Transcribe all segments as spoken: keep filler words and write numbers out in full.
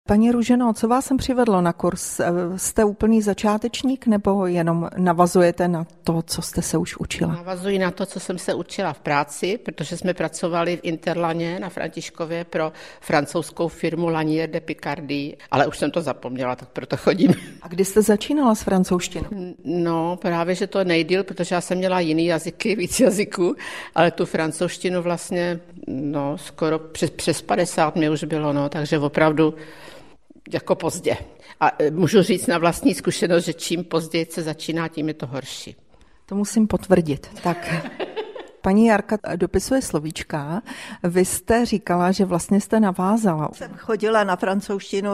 Paní Růženo, co vás sem přivedlo na kurz? Jste úplný začátečník nebo jenom navazujete na to, co jste se už učila? Navazuji na to, co jsem se učila v práci, protože jsme pracovali v Interlaně na Františkově pro francouzskou firmu Lanier de Picardie, ale už jsem to zapomněla, tak proto chodím. A kdy jste začínala s francouzštinou? No, právě, že to nejdýl, protože já jsem měla jiný jazyky, víc jazyků, ale tu francouzštinu vlastně, no, skoro přes, přes padesát mi už bylo, no, takže opravdu jako pozdě. A můžu říct na vlastní zkušenost, že čím později se začíná, tím je to horší. To musím potvrdit. Tak, paní Jarka dopisuje slovíčka. Vy jste říkala, že vlastně jste navázala. Jsem chodila na francouzštinu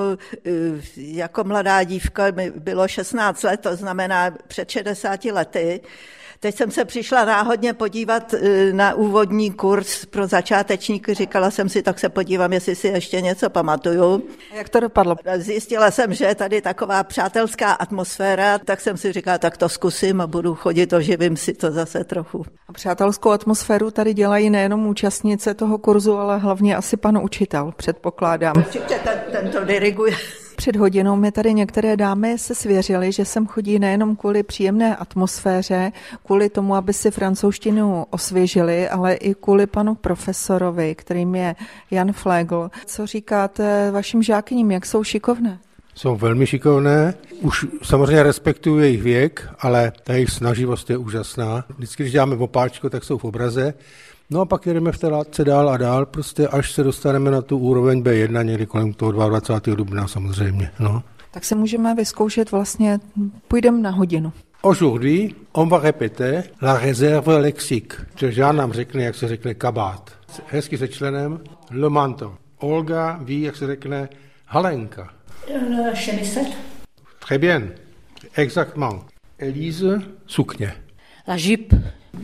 jako mladá dívka, mi bylo šestnáct let, to znamená před šedesáti lety. Teď jsem se přišla náhodně podívat na úvodní kurz pro začátečníky. Říkala jsem si, tak se podívám, jestli si ještě něco pamatuju. A jak to dopadlo? Zjistila jsem, že je tady taková přátelská atmosféra, tak jsem si říkala, tak to zkusím a budu chodit, oživím si to zase trochu. A přátelskou atmosféru tady dělají nejenom účastnice toho kurzu, ale hlavně asi pan učitel, předpokládám. Určitě ten, ten to diriguje. Před hodinou mi tady některé dámy se svěřily, že sem chodí nejenom kvůli příjemné atmosféře, kvůli tomu, aby si francouzštinu osvěžili, ale i kvůli panu profesorovi, kterým je Jan Flegl. Co říkáte vašim žákyním, jak jsou šikovné? Jsou velmi šikovné, už samozřejmě respektuju jejich věk, ale ta jejich snaživost je úžasná. Vždycky, když děláme opáčko, tak jsou v obraze. No a pak jedeme v té látce dál a dál, prostě až se dostaneme na tu úroveň bé jedna, někdy kolem toho dvacátého druhého dubna samozřejmě. No. Tak se můžeme vyzkoušet vlastně, půjdeme na hodinu. Aujourd'hui, on va répéter la réserve lexique, což Jean nám řekne, jak se řekne kabát. Hezky se členem le manteau. Olga ví, jak se řekne halenka. Le chemisette. Très bien, exactement. Elise, sukně. La jupe.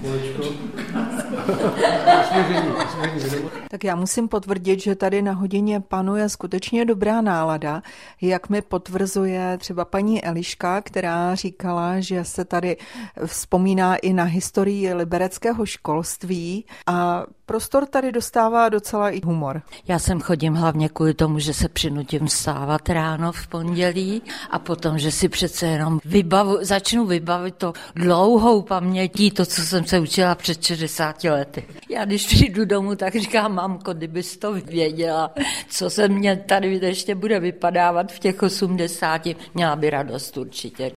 Tak já musím potvrdit, že tady na hodině panuje skutečně dobrá nálada, jak mi potvrzuje třeba paní Eliška, která říkala, že se tady vzpomíná i na historii libereckého školství a prostor tady dostává docela i humor. Já sem chodím hlavně kvůli tomu, že se přinutím vstávat ráno v pondělí a potom, že si přece jenom vybavu, začnu vybavit to dlouhou pamětí, to, co jsem se učila před šedesáti lety. Já když přijdu domů, tak říkám, mamko, kdybys to věděla, co se mě tady ještě bude vypadávat v těch osmdesáti, měla by radost určitě.